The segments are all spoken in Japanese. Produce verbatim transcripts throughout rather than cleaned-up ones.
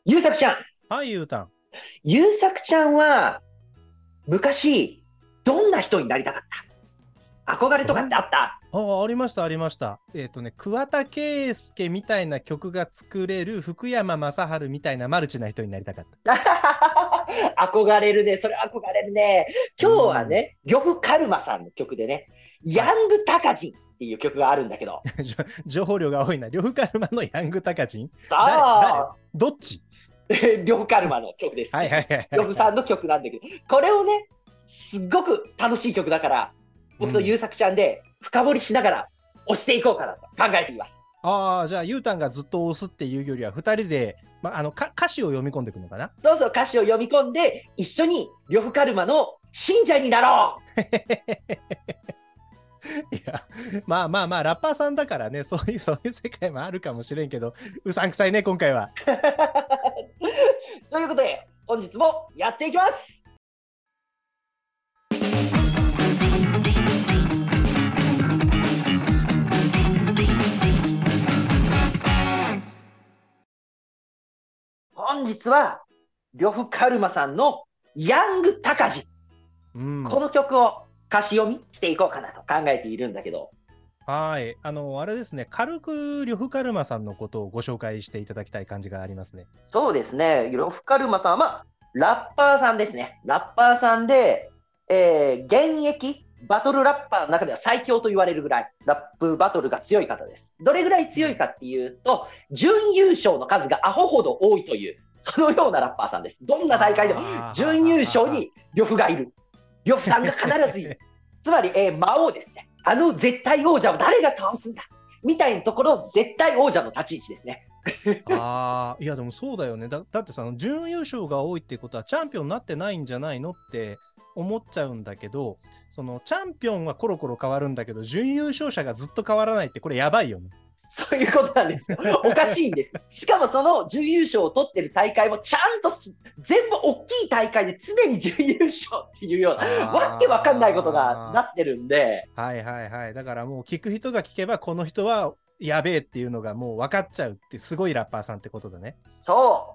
ゆうさくちゃん。 はい、ゆうたん。 ゆうさくちゃんは、昔、どんな人になりたかった？憧れとかってどん、 あった？ あ、ありました、ありました。えっとね、桑田佳祐みたいな曲が作れる福山雅治みたいなマルチな人になりたかった。 憧れるね。それ憧れるね。 う今日はん。 ね、呂布カルマさんの曲でね、ヤはい。 ングタカジンっていう曲があるんだけど、 じょ情報量が多いな。呂布カルマのヤングタカチン誰誰さあ、 どっち？ 呂布カルマの曲です。 はいはいはいはいはい。 呂布さんの曲なんだけど、これをね、すっごく楽しい曲だから、僕とゆううん。 さくちゃんで深掘りしながら押していこうかなと考えています。 ああ、じゃあ、ゆうたんがずっと押すっていうよりは、二人で、ま、あの、か歌詞を読み込んでいくのかな？ どうぞ歌詞を読み込んで、一緒に呂布カルマの信者になろいや、まあまあまあ、ラッパーさんだからね、そういう、そういう世界もあるかもしれんけど、うさんくさいね、今回は。 うということで、本日もやっていきます。本日は、呂布カルマさんのヤングタカジ。 うん。 この曲を歌詞読みしていこうかなと考えているんだけど、 はい。あの、あれですね、軽く呂布カルマさんのことをご紹介していただきたい感じがありますね。 そうですね、呂布カルマさんは、まあ、ラッパーさんですね。ラッパーさんで、えー現役バトルラッパーの中では最強と言われるぐらい、ラップバトルが強い方です。どれぐらい強いかっていうと、準優勝の数がアホほど多いという、そのようなラッパーさんです。どんな大会でもああ、は準優ははは。 勝に呂布がいる。呂布さんが必ずいる。つまり、えー魔王ですね。あの絶対王者を誰が倒すんだみたいなところ、絶対王者の立ち位置ですね。 ああ、いやでもそうだよね。だ、だってさ、準優勝が多いってことはチャンピオンになってないんじゃないのって思っちゃうんだけど、そのチャンピオンはコロコロ変わるんだけど、準優勝者がずっと変わらないってこれやばいよね。 そういうことなんですよ。おかしいんです。しかもその準優勝を取ってる大会もちゃんと全部大きい大会で常に準優勝っていうような、わけわかんないことがなあってるんで、 あ、はいはいはい。だからもう聞く人が聞けば、この人はやべえっていうのがもう分かっちゃうってすごいラッパーさんってことだね。 そう。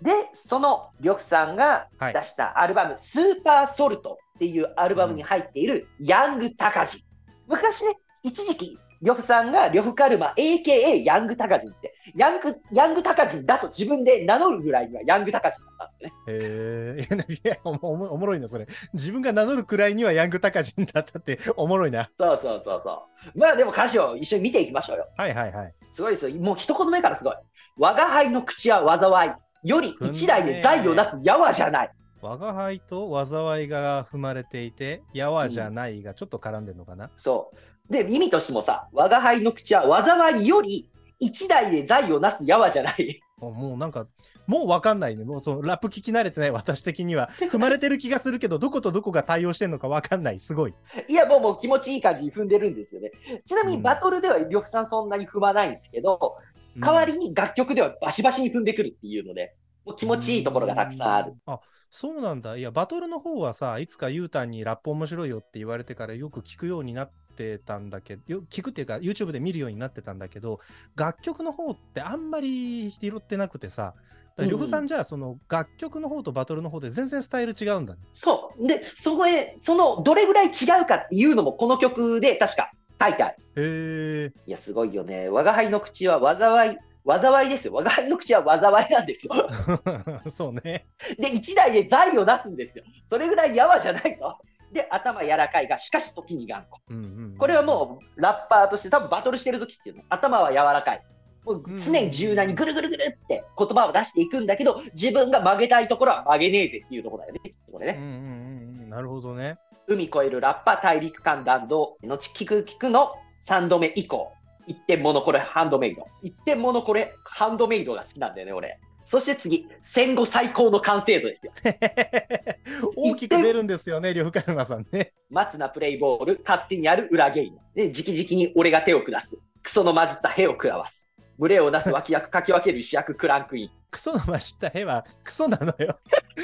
で、その呂布さんがはい。 出したアルバム、スーパーソルトっていうアルうん。 バムに入っているヤングタカジ。昔ね、一時期、呂布さんが呂布カルマ、エーケーエー ヤングタカジンって、ヤング、ヤングタカジンだと自分で名乗るぐらいにはヤングタカジンだったんですよね。 へえ、いや、いやおも、おもおもろいな、それ。自分が名乗るくらいにはヤングタカジンだったっておもろいな。 そうそうそうそう。まあでも歌詞を一緒に見ていきましょうよ。 はいはいはい。 すごいですよ。もう一言目からすごい。我が輩の口は災い。より踏んだ一代で財をなね。 すやわじゃない。 我が輩と災いが踏まれていて、やわじゃうん。 ないがちょっと絡んでるのかな。 そう。で、意味としてもさ、我が輩の口は災いより一代で財をなすやわじゃない。 もうもうなんか、もうわかんないね。もうそのラップ聞き慣れてない私的には。踏まれてる気がするけど、どことどこが対応してんのかわかんない。すごい。 いや、もうもう気持ちいい感じに踏んでるんですよね。ちなみにバうん。 トルでは呂布さんそんなに踏まないんですけど、代わうん。 りに楽曲ではバシバシに踏んでくるっていうので、もう気うー持ちいいところがたくさんある。 ん。あ、そうなんだ。いや、バトルの方はさ、いつかユータンにラップ面白いよって言われてからよく聞くようになってたんだけど、よ聞くっていうか YouTube で見るようになってたんだけど、楽曲の方ってあんまり拾ってなくてさ、だから呂布さんうん。 じゃあその楽曲の方とバトルの方で全然スタイル違うんだね。 そう。で、そこへ、その、どれぐらい違うかっていうのもこの曲で確か書いてある。 へえ。 いや、すごいよね。我が輩の口は災い、災いですよ。我が輩の口は災いなんですよ。 そうね。 で、一代で財を出すんですよ。それぐらいやわじゃないと。で、頭柔らかいが、しかし時に頑固。 うんうんうこれはんもう、ラッパーとして多分バトルしてる時ですよね。頭は柔らかい。もううん。うんうん常に柔軟にうんぐるぐるぐるって言葉を出していくんだけど、自分が曲げたいところは曲げねえぜっていうところだよね。これね。 うん。うんうんうんうん。なるほどね。 海越えるラッパ大陸間弾道のち聞く聞くのさんどめ以降。一点ものこれハンドメイド。一点ものこれハンドメイドが好きなんだよね、俺。そして次、戦後最高の完成度ですよ。 大きく出一点、 るんですよね、呂布カルマさんね。 待つなプレイボール、勝手にある裏ゲイム。で、直々に俺が手を下す。クソの混じった屁を食らわす。群れをなす脇役、かき分ける主役、クランクイン。 クソのました絵はクソなのよ。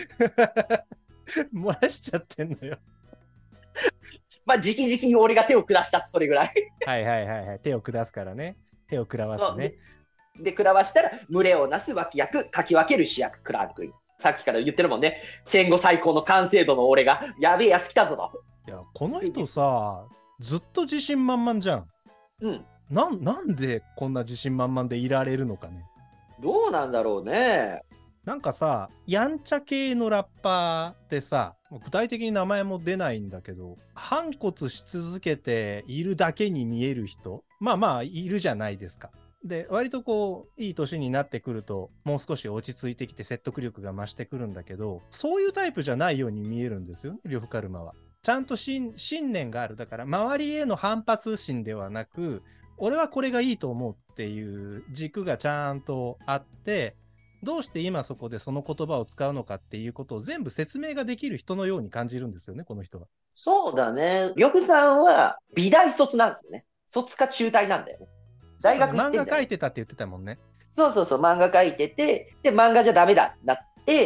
漏らしちゃってんのよ。 まあ、直々に俺が手を下したそれぐらい。 はいはいはいはい。手を下すからね。手を食らわすね。 でで、食らわしたら、群れをなす脇役、かき分ける主役、クランクイン。さっきから言ってるもんね。戦後最高の完成度の俺が、やべえやつ来たぞと。 いや、この人さ、ずっと自信満々じゃん。 うん。 な、なんでこんな自信満々でいられるのかね。 どうなんだろうね。 なんかさ、やんちゃ系のラッパーってさ、具体的に名前も出ないんだけど、反骨し続けているだけに見える人、まあまあいるじゃないですか。で、割とこう、いい年になってくると、もう少し落ち着いてきて説得力が増してくるんだけど、そういうタイプじゃないように見えるんですよね、呂布カルマは。ちゃんと信念がある。だから、周りへの反発心ではなく、俺はこれがいいと思うっていう軸がちゃんとあって、どうして今そこでその言葉を使うのかっていうことを全部説明ができる人のように感じるんですよね、この人は。 そうだね。呂布さんは美大卒なんですよね。卒か中退なんだよね。大学行ってんだよ、ね。 漫画描いてたって言ってたもんね。 そうそうそう、漫画描いてて、で、漫画じゃダメだってなって、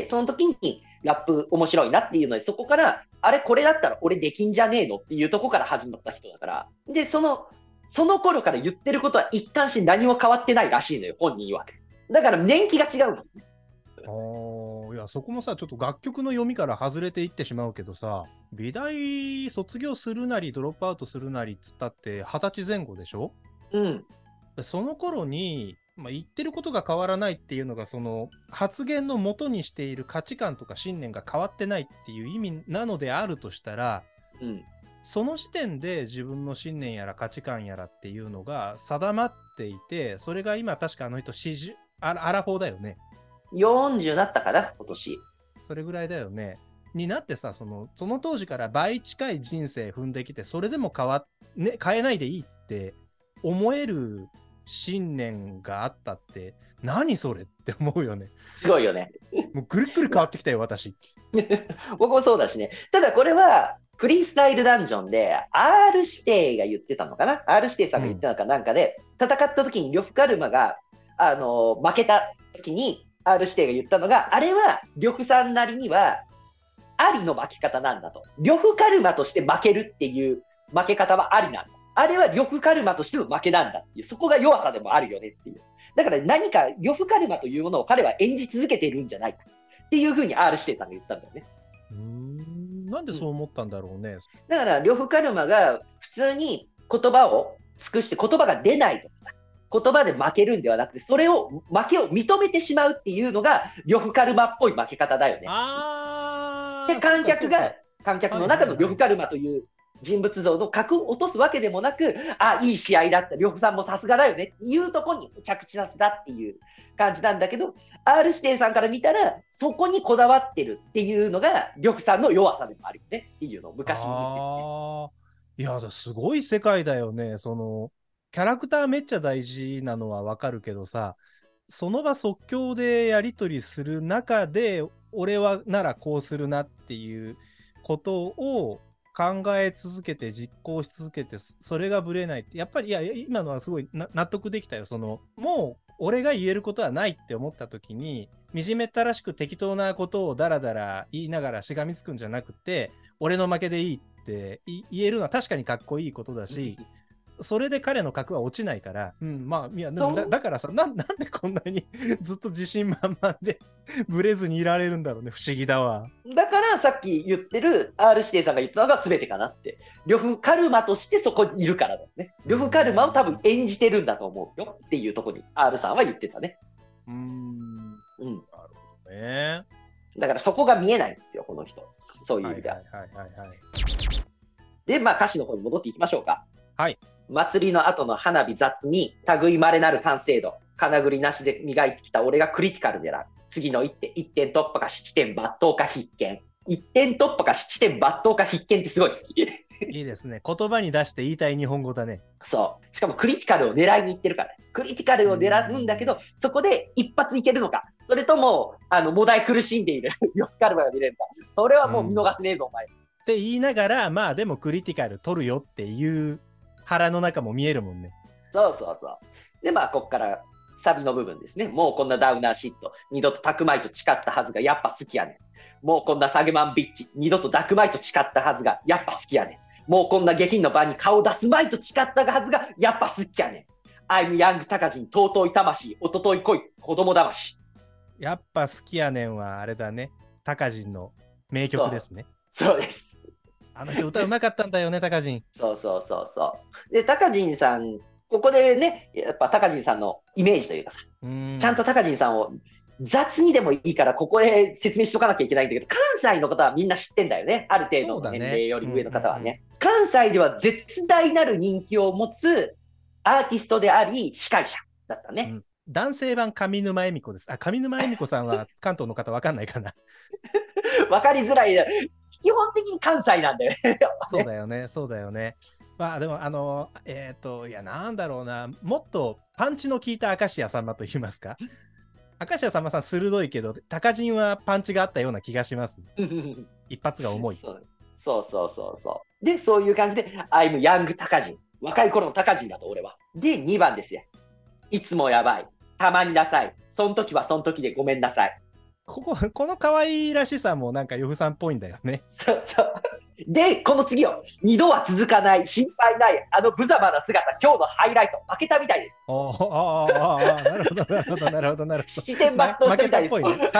その時にラップ面白いなっていうので、そこから、あれこれだったら俺できんじゃねえのっていうとこから始まった人だから。で、その、その頃から言ってることは一貫して何も変わってないらしいのよ、本人は。だから年季が違うんですよね。 ああ、いや、そこもさ、ちょっと楽曲の読みから外れていってしまうけどさ、美大卒業するなりドロップアウトするなりっつったって二十歳前後でしょ？ うん。 その頃に、まあ、言ってることが変わらないっていうのが、その発言の元にしている価値観とか信念が変わってないっていう意味なのであるとしたら、 うん、 その時点で自分の信念やら価値観やらっていうのが定まっていて、それが今確かあの人よんじゅう、アラ、アラフォーだよね。 よんじゅうなったかな、今年。 それぐらいだよね。になってさ、その、その当時から倍近い人生踏んできて、それでも変わ、ね、変えないでいいって思える信念があったって、何それって思うよね。 すごいよね。 もうぐるっくる変わってきたよ、私。 僕もそうだしね。ただこれは、フリースタイルダンジョンで、R 指定が言ってたのかな ?R 指定さんが言ってたのかなんかで、うん、戦った時に呂布カルマが、あの、負けた時に、R 指定が言ったのが、あれは呂布さんなりには、ありの負け方なんだと。呂布カルマとして負けるっていう負け方はありなんだ。あれは呂布カルマとしての負けなんだっていう、そこが弱さでもあるよねっていう。だから何か呂布カルマというものを彼は演じ続けているんじゃないかっていうふうに R 指定さんが言ったんだよね。 うーん、なんでそう思ったんだろうね。うん、 だから呂布カルマが普通に言葉を尽くして言葉が出ないとかさ、言葉で負けるんではなくて、それを負けを認めてしまうっていうのが呂布カルマっぽい負け方だよね。 あで、観客が観客の中の呂布カルマという人物像の格を落とすわけでもなく、あ、いい試合だった、呂布さんもさすがだよねっていうところに着地させたっていう感じなんだけど、R 指定さんから見たら、そこにこだわってるっていうのが呂布さんの弱さでもあるよねっていうのを昔に言ってて、ね。 あいや、すごい世界だよね。そのキャラクターめっちゃ大事なのはわかるけどさ、その場即興でやり取りする中で、俺はならこうするなっていうことを考え続けて実行し続けて、それがぶれないって、やっぱりいや今のはすごい納得できたよ。そのもう俺が言えることはないって思った時に、惨めったらしく適当なことをダラダラ言いながらしがみつくんじゃなくて、俺の負けでいいって言えるのは確かにかっこいいことだし、それで彼の格は落ちないから、うん、まあ、いや、だ, だからさな、なんでこんなにずっと自信満々でブレずにいられるんだろうね、不思議だわ。 だからさっき言ってる R 指定さんが言ったのが全てかなって。呂布カルマとしてそこにいるからだよね。呂布カルマを多分演じてるんだと思うよっていうところに R さんは言ってたね。 うーん。うん。なるほどね。 だからそこが見えないんですよ、この人。そういう意味では。はいはいはいはい、で、まあ歌詞の方に戻っていきましょうか。 はい。 祭りの後の花火雑に、類まれなる完成度、金繰りなしで磨いてきた俺がクリティカル狙う。次の一手、一点突破か七点抜刀か必見。一点突破か七点抜刀か必見ってすごい好き。いいですね。言葉に出して言いたい日本語だね。 そう。しかもクリティカルを狙いに行ってるから、ね。クリティカルを狙うんだけど、そこで一発いけるのか。それとも、あの、もだい苦しんでいるヨッカルマが見れるか。それはもう見逃せねえぞ、お前。 って言いながら、まあでもクリティカル取るよっていう腹の中も見えるもんね。 そうそうそう。で、まあ、こっからサビの部分ですね。もうこんなダウナーシット、二度とタクマイと誓ったはずがやっぱ好きやねん。もうこんなサゲマンビッチ、二度とダクマイと誓ったはずがやっぱ好きやねん。もうこんな下品の場に顔出すまいと誓ったはずがやっぱ好きやねん。 I'm young タカジン、尊い魂、おととい来い、子供魂。 やっぱ好きやねんはあれだね。タカジンの名曲ですね。 そうです。 あの人歌うまかったんだよね、タカジン。 そうそうそうそう。で、タカジンさん、ここでね、やっぱタカジンさんのイメージというかさ、 うんちゃんとタカジンさんを雑にでもいいから、ここで説明しとかなきゃいけないんだけど、関西の方はみんな知ってんだよね。ある程度の年齢より上の方はね。関西では絶大なる人気を持つアーティストであり、司会者だったね。うん、 男性版上沼恵美子です。あ、上沼恵美子さんは関東の方わかんないかな。 わかりづらい。基本的に関西なんだよね。 そうだよね、そうだよね。まあでもあのえっ、ー、といやなんだろうな、もっとパンチの効いた明石家さんまと言いますか。明石家さんまさん鋭いけど、タカジンはパンチがあったような気がします。一発が重い。 そうそうそうそうそう。で、そういう感じで、I'm young タカジン。若い頃のタカジンだと俺は。で、にばんですよ。いつもやばい。たまになさい。そん時はそん時でごめんなさい。 ここ、この可愛らしさもなんかヨフさんっぽいんだよね。 そうそう。で、この次よ。二度は続かない、心配ない、あの無様な姿、今日のハイライト、負けたみたいです。 おーあーあーあーなるほど、なるほど、なるほど、なるほど。 七点抜刀したみたいです。負けたっぽいね。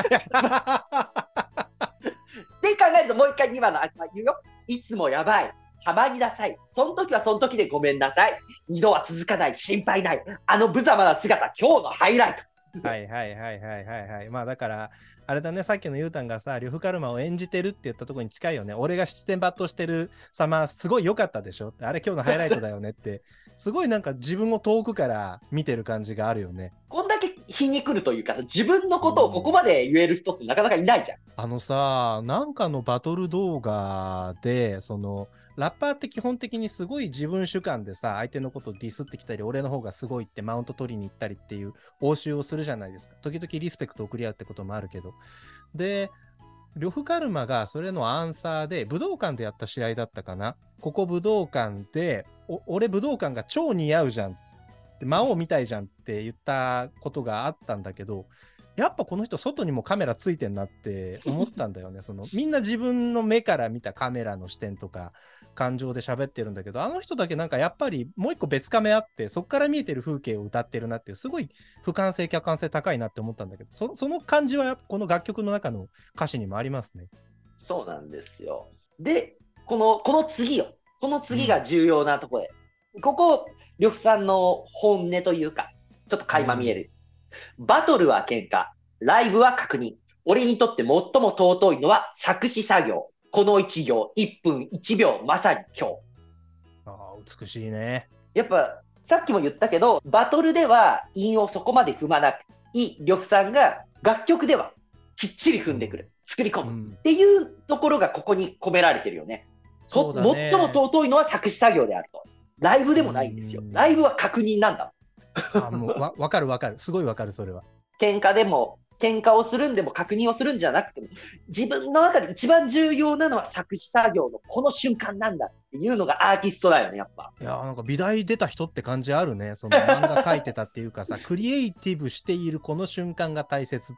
で考えると、もう一回にばんのあ言うよ。いつもやばい。たまになさい。その時はその時でごめんなさい。二度は続かない、心配ない、あの無様な姿、今日のハイライト。 はいはいはいはいはいはい。まあだから、あれだね、さっきのゆうたんがさ、呂布カルマを演じてるって言ったところに近いよね。俺が七点抜刀してる様、すごい良かったでしょ。あれ今日のハイライトだよねって。すごいなんか自分を遠くから見てる感じがあるよね。 こんだけ皮に来るというか、自分のことをここまで言える人ってなかなかいないじゃん。 あのさ、なんかのバトル動画で、その、ラッパーって基本的にすごい自分主観でさ、相手のことをディスってきたり、俺の方がすごいってマウント取りに行ったりっていう応酬をするじゃないですか。時々リスペクトを送り合うってこともあるけど。で、呂布カルマがそれのアンサーで、武道館でやった試合だったかな。ここ武道館で、俺武道館が超似合うじゃん。魔王みたいじゃんって言ったことがあったんだけど、やっぱこの人外にもカメラついてんなって思ったんだよね。そのみんな自分の目から見たカメラの視点とか感情で喋ってるんだけど、あの人だけなんかやっぱりもう一個別カメあって、そっから見えてる風景を歌ってるなっていう、すごい俯瞰性客観性高いなって思ったんだけど、そ, その感じはこの楽曲の中の歌詞にもありますね。 そうなんですよ。で、このこの次よ。この次が重要なところで、うん、ここ呂布さんの本音というか、ちょっと垣間見える。うん、バトルは喧嘩、ライブは確認。俺にとって最も尊いのは作詞作業。この一行、一分一秒、まさに今日。 ああ、美しいね。 やっぱ、さっきも言ったけど、バトルでは韻をそこまで踏まなくていい呂布さんが、楽曲ではきっちり踏んでくる。作り込む。うん、っていうところがここに込められてるよね。そうだね。最も尊いのは作詞作業であると。ライブでもないんですよ。ライブは確認なんだ。 あ、もうわ分かる分かる。すごい分かる、それは。 喧嘩でも、喧嘩をするんでも確認をするんじゃなくても、自分の中で一番重要なのは作詞作業のこの瞬間なんだっていうのがアーティストだよね、やっぱ。 いやー、なんか美大出た人って感じあるね。その漫画描いてたっていうかさ、クリエイティブしているこの瞬間が大切って、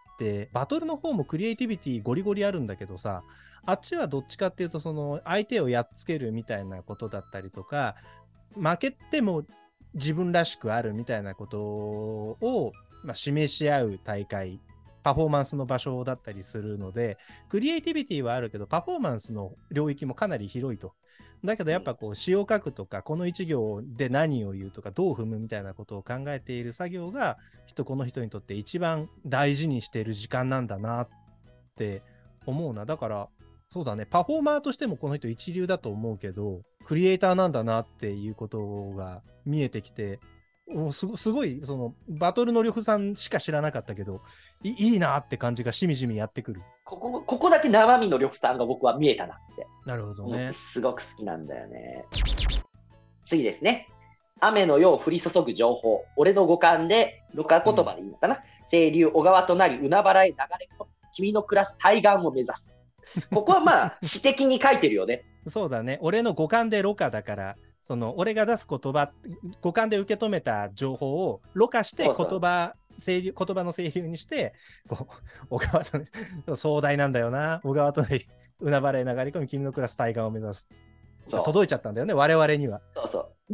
バトルの方もクリエイティビティゴリゴリあるんだけどさ、あっちはどっちかっていうと、その相手をやっつけるみたいなことだったりとか、負けても自分らしくあるみたいなことを、まあ、示し合う大会、パフォーマンスの場所だったりするので、クリエイティビティはあるけど、パフォーマンスの領域もかなり広いと。だけどやっぱこう詩を書くとか、この一行で何を言うとか、どう踏むみたいなことを考えている作業が、きっとこの人にとって一番大事にしている時間なんだなって思うな。だから、そうだね、パフォーマーとしてもこの人一流だと思うけど、クリエイターなんだなっていうことが見えてきて、すご、すごいそのバトルの呂布さんしか知らなかったけど、い, いいなって感じがしみじみやってくる。 ここ、ここだけ生身の呂布さんが僕は見えたなって。 なるほどね。 すごく好きなんだよね。次ですね。雨のよう降り注ぐ情報。俺の五感で、ろ過言葉でいいのかな。うん、清流小川となり、海原へ流れ込む。君の暮らす対岸を目指す。ここはまあ詩的に書いてるよね。 そうだね。俺の五感でろ過だから、その俺が出す言葉、五感で受け止めた情報をろ過して言葉、そうそう清流言葉の清流にして、こう小川と、ね、壮大なんだよな。小川とね、海原へ流れ込み、君の暮らす対岸を目指す。届いちゃったんだよね、我々には。 そうそう。で、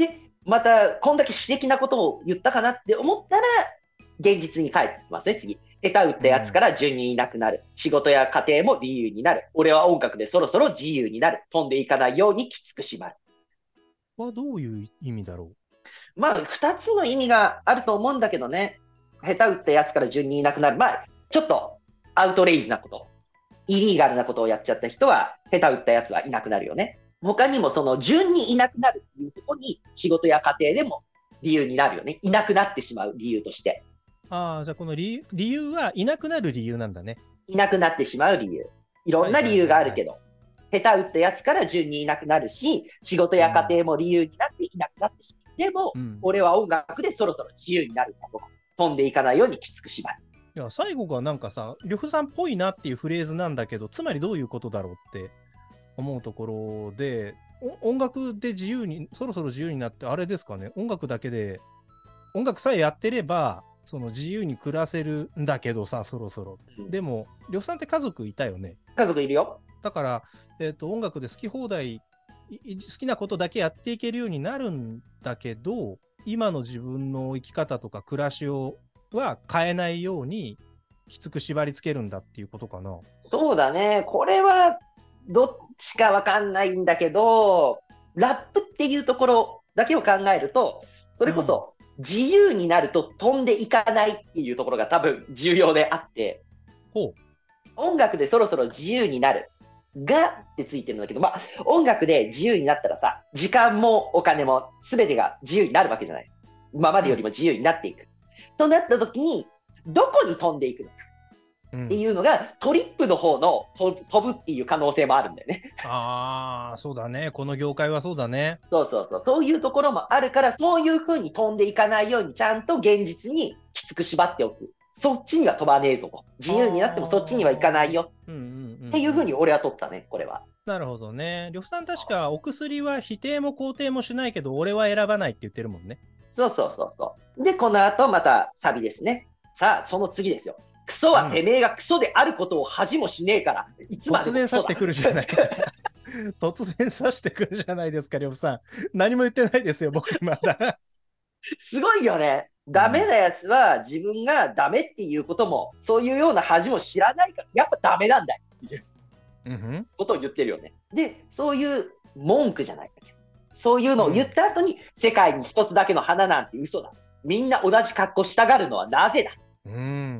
また、こんだけ私的なことを言ったかなって思ったら、現実に帰ってきますね、次。下手打ったやつから順にいなくなる。仕事や家庭も理由になる。俺は音楽でそろそろ自由になる。飛んでいかないようにきつく縛る。 はどういう意味だろまあ、二つの意味があると思うんだけどね。下手打ったやつから順にいなくなる。まあ、ちょっとアウトレイジなこと、イリーガルなことをやっちゃった人は、下手打ったやつはいなくなるよね。他にもその順にいなくなるっていうところに仕事や家庭でも理由になるよね。いなくなってしまう理由として。 う。ああ、じゃあこの理由、理由はいなくなる理由なんだね。 いなくなってしまう理由。いろんな理由があるけど、下手打ったやつから順にいなくなるし、仕事や家庭も理由になっていなくなってしまう。でも、うん、俺は音楽でそろそろ自由になるんだぞ。飛んでいかないようにきつく縛る。 いや、最後がなんかさ、呂布さんっぽいなっていうフレーズなんだけど、つまりどういうことだろうって思うところで、音楽で自由に、そろそろ自由になって、あれですかね、音楽だけで、音楽さえやってれば、その自由に暮らせるんだけどさ、そろそろ。うん、でも、呂布さんって家族いたよね。 家族いるよ。 だから、えーと、音楽で好き放題、好きなことだけやっていけるようになるんだけど、今の自分の生き方とか暮らしをは変えないようにきつく縛り付けるんだっていうことかな。 そうだね。これはどっちかわかんないんだけど、ラップっていうところだけを考えると、それこそ自由になると飛んでいかないっていうところが多分重要であって、 ほう。 音楽でそろそろ自由になるがってついてるんだけど、まあ音楽で自由になったらさ、時間もお金も全てが自由になるわけじゃない。今までよりも自由になっていく。うん、となった時に、どこに飛んでいくのかっていうのが、うん、トリップの方の飛ぶっていう可能性もあるんだよね。 ああ、そうだね。この業界はそうだね。 そうそうそう。そういうところもあるから、そういう風に飛んでいかないように、ちゃんと現実にきつく縛っておく。そっちには飛ばねえぞと。自由になってもそっちにはいかないよ。うんうんうんうん、っていう風に俺は取ったね、これは。 なるほどね。呂布さん確かお薬は否定も肯定もしないけど、俺は選ばないって言ってるもんね。 そうそうそうそう。で、この後またサビですね。さあ、その次ですよ。クソはてめえがクソであることを恥もしねえから、いつまでも突然刺してくるじゃない。突然刺してくるじゃないですか、呂布さん。何も言ってないですよ、僕まだ。 すごいよね。ダメなやつは自分がダメっていうことも、そういうような恥も知らないから、やっぱダメなんだよっていうことを言ってるよね。で、そういう文句じゃないか。そういうのを言った後に、うん、世界に一つだけの花なんて嘘だ。みんな同じ格好したがるのはなぜだ。 うん。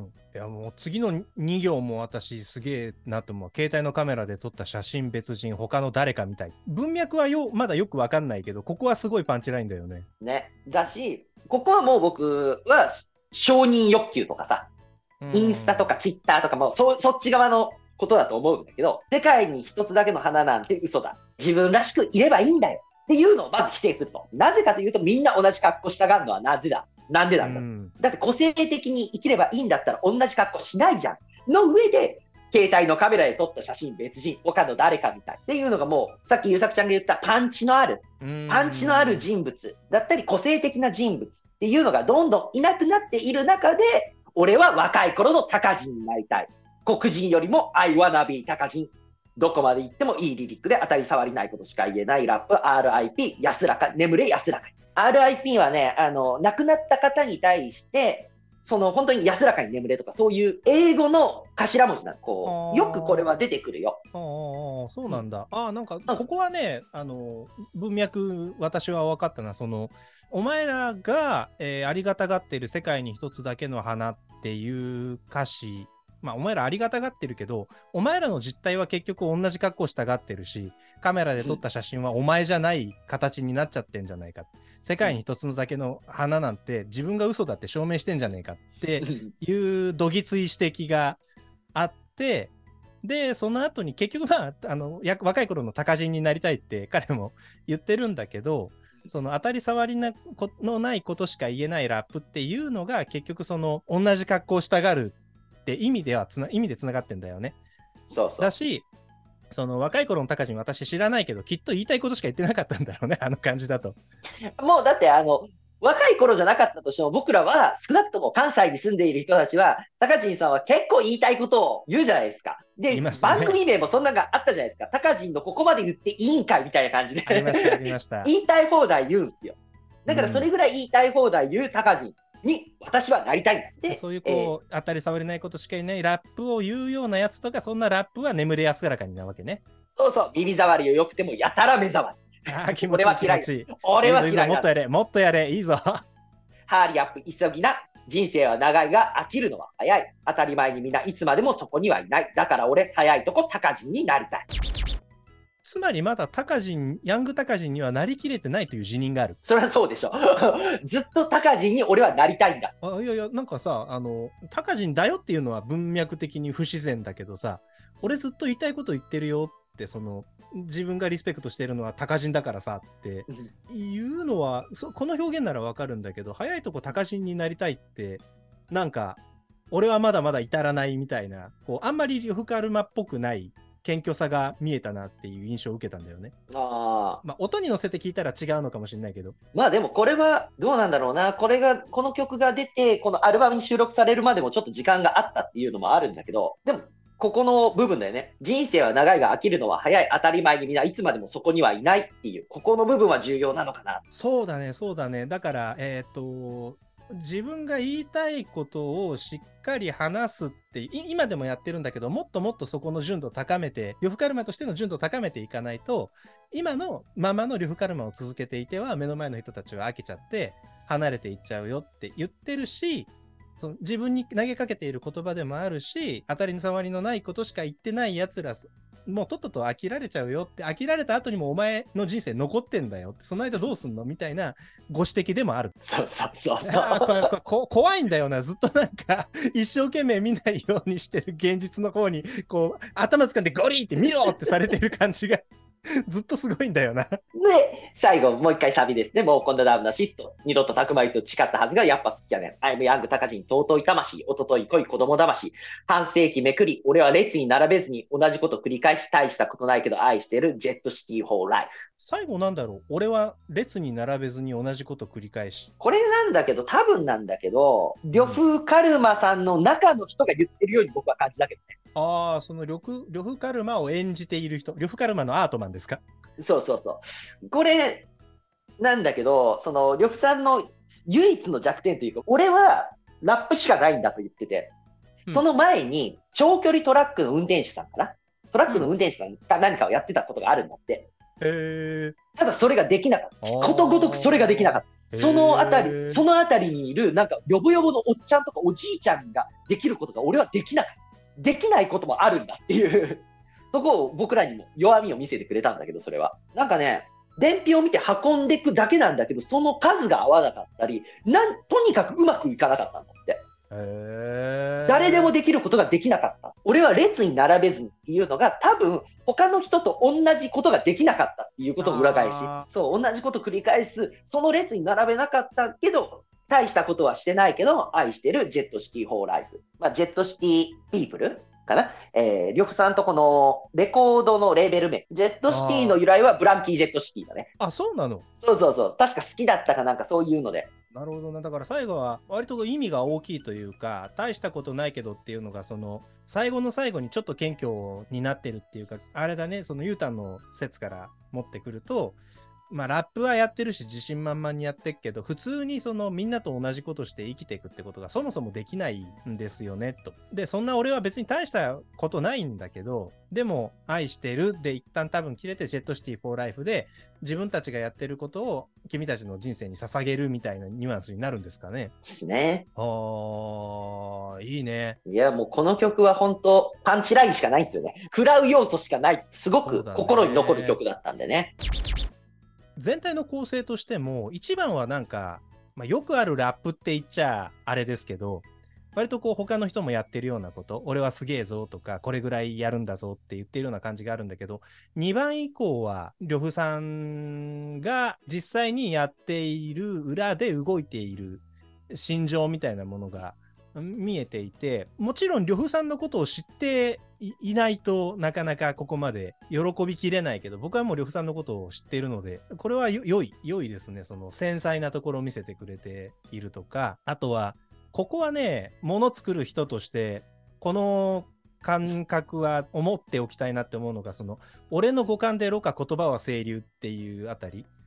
いやもう次のに行も私すげえなと思う。携帯のカメラで撮った写真別人、他の誰かみたい。文脈はよまだよくわかんないけど、ここはすごいパンチラインだよね。 ね。だし、ここはもう僕は承認欲求とかさ、インスタとかツイッターとかも そ, そっち側のことだと思うんだけど、世界に一つだけの花なんて嘘だ。自分らしくいればいいんだよ。っていうのをまず否定すると。なぜかというと、みんな同じ格好したがるのはなぜだ。なんでなんだ、うん、だって個性的に生きればいいんだったら同じ格好しないじゃん。の上で、携帯のカメラで撮った写真別人、他の誰かみたいっていうのがもう、さっきゆうさくちゃんが言ったパンチのある、パンチのある人物だったり個性的な人物っていうのがどんどんいなくなっている中で、俺は若い頃の高人になりたい。黒人よりも I wanna be 高人。どこまで行ってもいいリリックで当たり障りないことしか言えないラップ アールアイピー 安らか、眠れ安らか。アールアイピー はね、あの、亡くなった方に対して、その本当に安らかに眠れとか、そういう英語の頭文字なの。こう、よくこれは出てくるよ。 ああ、そうなんだ。うん、ああ、なんか、ここはね、あの、文脈、私は分かったな。その、お前らが、えー、ありがたがってる世界に一つだけの花っていう歌詞、まあ、お前らありがたがってるけど、お前らの実態は結局同じ格好したがってるし、カメラで撮った写真はお前じゃない形になっちゃってんじゃないか。世界に一つのだけの花なんて自分が嘘だって証明してんじゃねえかっていうどぎつい指摘があって、で、その後に結局まあ、あの、若い頃の高人になりたいって彼も言ってるんだけど、その当たり障りのないことしか言えないラップっていうのが結局その同じ格好したがるって意味ではつな意味でつながってんだよね。 そうそう。 だし、その若い頃の高人私知らないけどきっと言いたいことしか言ってなかったんだろうね、あの感じだと。 もうだってあの若い頃じゃなかったとしても僕らは少なくとも関西に住んでいる人たちは高人さんは結構言いたいことを言うじゃないですか。で、ね、番組名もそんなのがあったじゃないですか。高人のここまで言っていいんかいみたいな感じでありましたありました。 言いたい放題言うんすよ。 だからそれぐらい言いたい放題言うタカジンに私はなりたいんだって。 そういうこう、えー、当たり障りないことしかいないラップを言うようなやつとか、そんなラップは眠れ安らかになわけね。 そうそう、耳障りをよくてもやたら目障り。 ああ、気持ちいい気持ちいい。 俺は嫌い。 いいぞいいぞ、もっとやれ、もっとやれ、いいぞ。 ハーリーアップ急ぎな。人生は長いが飽きるのは早い。当たり前にみんないつまでもそこにはいない。だから俺、早いとこタカジンになりたい。 つまりまだタカジン、ヤングタカジンにはなりきれてないという自認がある。 そりゃそうでしょ。ずっとタカジンに俺はなりたいんだ。 あ、いやいや、なんかさ、あの、タカジンだよっていうのは文脈的に不自然だけどさ、俺ずっと言いたいこと言ってるよって、その、自分がリスペクトしてるのはタカジンだからさっていうのは、そこの表現ならわかるんだけど、早いとこタカジンになりたいって、なんか、俺はまだまだ至らないみたいな、こう、あんまり呂布カルマっぽくない謙虚さが見えたなっていう印象を受けたんだよね。 あ、 まあ、音に乗せて聞いたら違うのかもしれないけど。 まあでもこれはどうなんだろうな。これが、この曲が出て、このアルバムに収録されるまでもちょっと時間があったっていうのもあるんだけど、でも、ここの部分だよね。人生は長いが飽きるのは早い。当たり前にみんないつまでもそこにはいないっていう、ここの部分は重要なのかな。 そうだね、そうだね。だから、えっと、自分が言いたいことをしっかり話すって今でもやってるんだけど、もっともっとそこの純度を高めて、呂布カルマとしての純度を高めていかないと、今のままの呂布カルマを続けていては目の前の人たちは飽きちゃって離れていっちゃうよって言ってるし、その自分に投げかけている言葉でもあるし、当たり障りのないことしか言ってないやつらもうとっとと飽きられちゃうよって、飽きられた後にもお前の人生残ってんだよって、その間どうすんのみたいなご指摘でもある。 そうそうそうそう。 あこれこれこ怖いんだよな。ずっとなんか一生懸命見ないようにしてる現実の方にこう頭掴んでゴリーって見ろってされてる感じがずっとすごいんだよな。 で、最後、もう一回サビですね。もうこんなダウンなしと、二度とたくまいと誓ったはずがやっぱ好きやねん。アイムヤングタカジン尊い魂、おととい恋子供魂。半世紀めくり、俺は列に並べずに同じこと繰り返し、大したことないけど愛してるジェットシティホーライフ。 最後なんだろう、俺は列に並べずに同じこと繰り返し。 これなんだけど、多分なんだけど、呂布カルマさんの中の人が言ってるように僕は感じだけどね。 ああ、その呂布、呂布カルマを演じている人、呂布カルマのアートマンですか？ そうそうそう。これなんだけど、その呂布さんの唯一の弱点というか、俺はラップしかないんだと言ってて、うん、その前に長距離トラックの運転手さんかな、トラックの運転手さんが何かをやってたことがあるんだって。 うん、へただそれができなかった。ことごとくそれができなかった。そのあたり、そのあたりにいるなんかヨボヨボのおっちゃんとかおじいちゃんができることが俺はできなかった。できないこともあるんだっていうそこを僕らにも弱みを見せてくれたんだけど、それはなんかね、伝票を見て運んでいくだけなんだけど、その数が合わなかったり、なんとにかくうまくいかなかったんだって。 へー。 誰でもできることができなかった。俺は列に並べずにっていうのが多分他の人と同じことができなかったっていうことを裏返し、そう同じことを繰り返す、その列に並べなかったけど大したことはしてないけど愛してるジェットシティホーライフ、まあ、ジェットシティピープルかな、えー、呂布さんとこのレコードのレーベル名、ジェットシティの由来はブランキー・ジェットシティだね。 あ、そうなの？ そうそうそう。確か好きだったかなんかそういうので。 なるほどな。だから最後は割と意味が大きいというか、大したことないけどっていうのが、その最後の最後にちょっと謙虚になってるっていうか、あれだね、そのユータンの説から持ってくると、まあラップはやってるし自信満々にやってっけど、普通にそのみんなと同じことして生きていくってことがそもそもできないんですよねと。で、そんな俺は別に大したことないんだけど、でも愛してるで一旦多分切れてジェットシティフォーライフで自分たちがやってることを君たちの人生に捧げるみたいなニュアンスになるんですかね。 ですね。 あー、いいね。 いやもうこの曲は本当パンチラインしかないんですよね。食らう要素しかない。すごく心に残る曲だったんでね。 全体の構成としても一番はなんか、まあ、よくあるラップって言っちゃあれですけど、割とこう他の人もやってるようなこと、俺はすげえぞとかこれぐらいやるんだぞって言ってるような感じがあるんだけど、にばん以降は呂布さんが実際にやっている裏で動いている心情みたいなものが見えていて、もちろん呂布さんのことを知ってい, いないとなかなかここまで喜びきれないけど、僕はもう呂布さんのことを知っているので、これはよ良い良いですね。その繊細なところを見せてくれているとか、あとはここはね、物作る人としてこの感覚は思っておきたいなって思うのが、その俺の五感でろ過言葉は清流っていうあたり、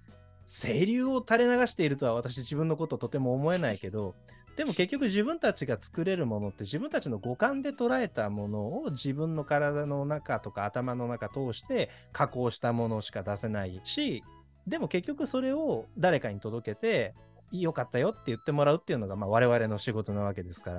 清流を垂れ流しているとは私自分のこととても思えないけど、でも結局自分たちが作れるものって自分たちの五感で捉えたものを自分の体の中とか頭の中通して加工したものしか出せないし、でも結局それを誰かに届けて良かったよって言ってもらうっていうのがまあ我々の仕事なわけですから、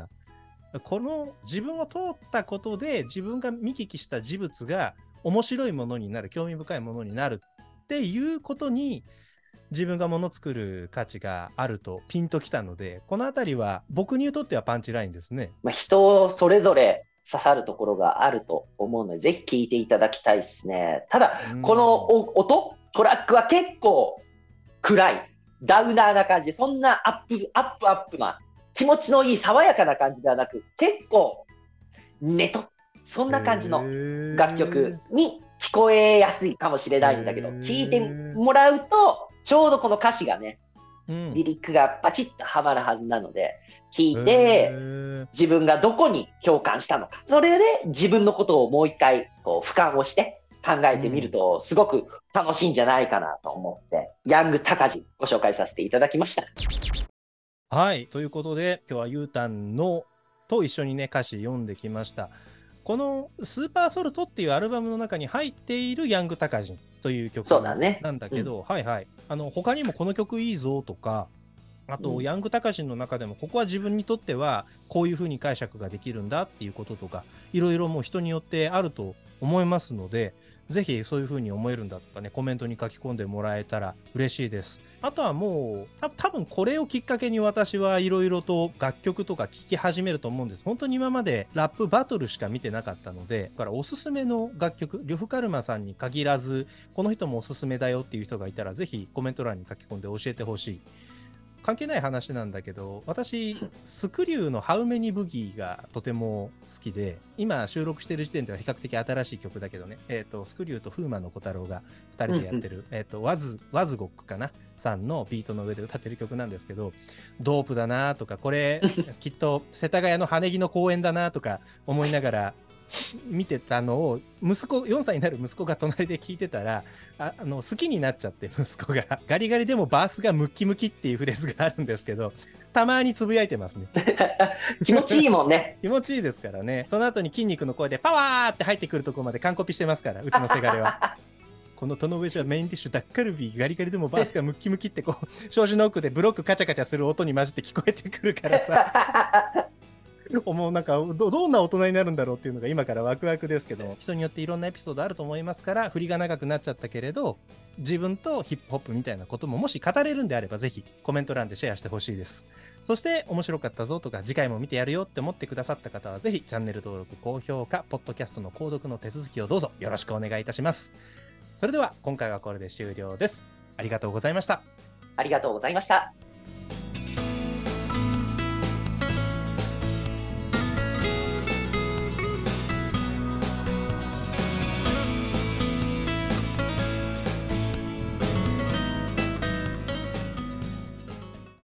この自分を通ったことで自分が見聞きした事物が面白いものになる、興味深いものになるっていうことに自分がもの作る価値があるとピンときたので、このあたりは僕にとってはパンチラインですね。 まあ、人それぞれ刺さるところがあると思うので、ぜひ聞いていただきたいですね。ただ、この音、トラックは結構暗い、ダウナーな感じで、そんなアップ、アップアップな、気持ちのいい爽やかな感じではなく、結構ネト、そんな感じの楽曲に聞こえやすいかもしれないんだけど、聞いてもらうと、ちょうどこの歌詞がね、うん、リリックがパチッとはまるはずなので、聞いて自分がどこに共感したのか、それで自分のことをもう一回こう俯瞰をして考えてみるとすごく楽しいんじゃないかなと思って、うん、ヤングタカジご紹介させていただきました。 はい、ということで今日はゆうたんのと一緒にね歌詞読んできました。このスーパーソルトっていうアルバムの中に入っているヤングタカジンという曲なんだけど、ね、うん、はいはい、あの他にもこの曲いいぞとか、あと、うん、ヤングタカジンの中でもここは自分にとってはこういう風に解釈ができるんだっていうこととか、いろいろもう人によってあると思いますので、ぜひそういう風に思えるんだとかね、コメントに書き込んでもらえたら嬉しいです。あとはもう多分これをきっかけに私はいろいろと楽曲とか聴き始めると思うんです。本当に今までラップバトルしか見てなかったので、だからおすすめの楽曲、呂布カルマさんに限らずこの人もおすすめだよっていう人がいたらぜひコメント欄に書き込んで教えてほしい。関係ない話なんだけど、私スクリューのハウメニブギーがとても好きで、今収録してる時点では比較的新しい曲だけどね、えっとスクリューとフーマの小太郎がふたりでやってる、うんうん、えっとワズワズゴックかなさんのビートの上で歌ってる曲なんですけど、ドープだなとか、これきっと世田谷の羽木の公園だなとか思いながら見てたのを、息子よんさいになる息子が隣で聞いてたら、ああの好きになっちゃって、息子がガリガリでもバースがムッキムキっていうフレーズがあるんですけど、たまにつぶやいてますね気持ちいいもんね気持ちいいですからね。その後に筋肉の声でパワーって入ってくるところまで完コピしてますから、うちのせがれはこの戸の上じゃメインディッシュダッカルビーガリガリでもバースがムッキムキってこう障子の奥でブロックカチャカチャする音に混じって聞こえてくるからさもうなんか ど, どんな大人になるんだろうっていうのが今からワクワクですけど、人によっていろんなエピソードあると思いますから、振りが長くなっちゃったけれど自分とヒップホップみたいなことももし語れるんであればぜひコメント欄でシェアしてほしいです。そして面白かったぞとか次回も見てやるよって思ってくださった方はぜひチャンネル登録、高評価、ポッドキャストの購読の手続きをどうぞよろしくお願いいたします。それでは今回はこれで終了です。ありがとうございました。 ありがとうございました。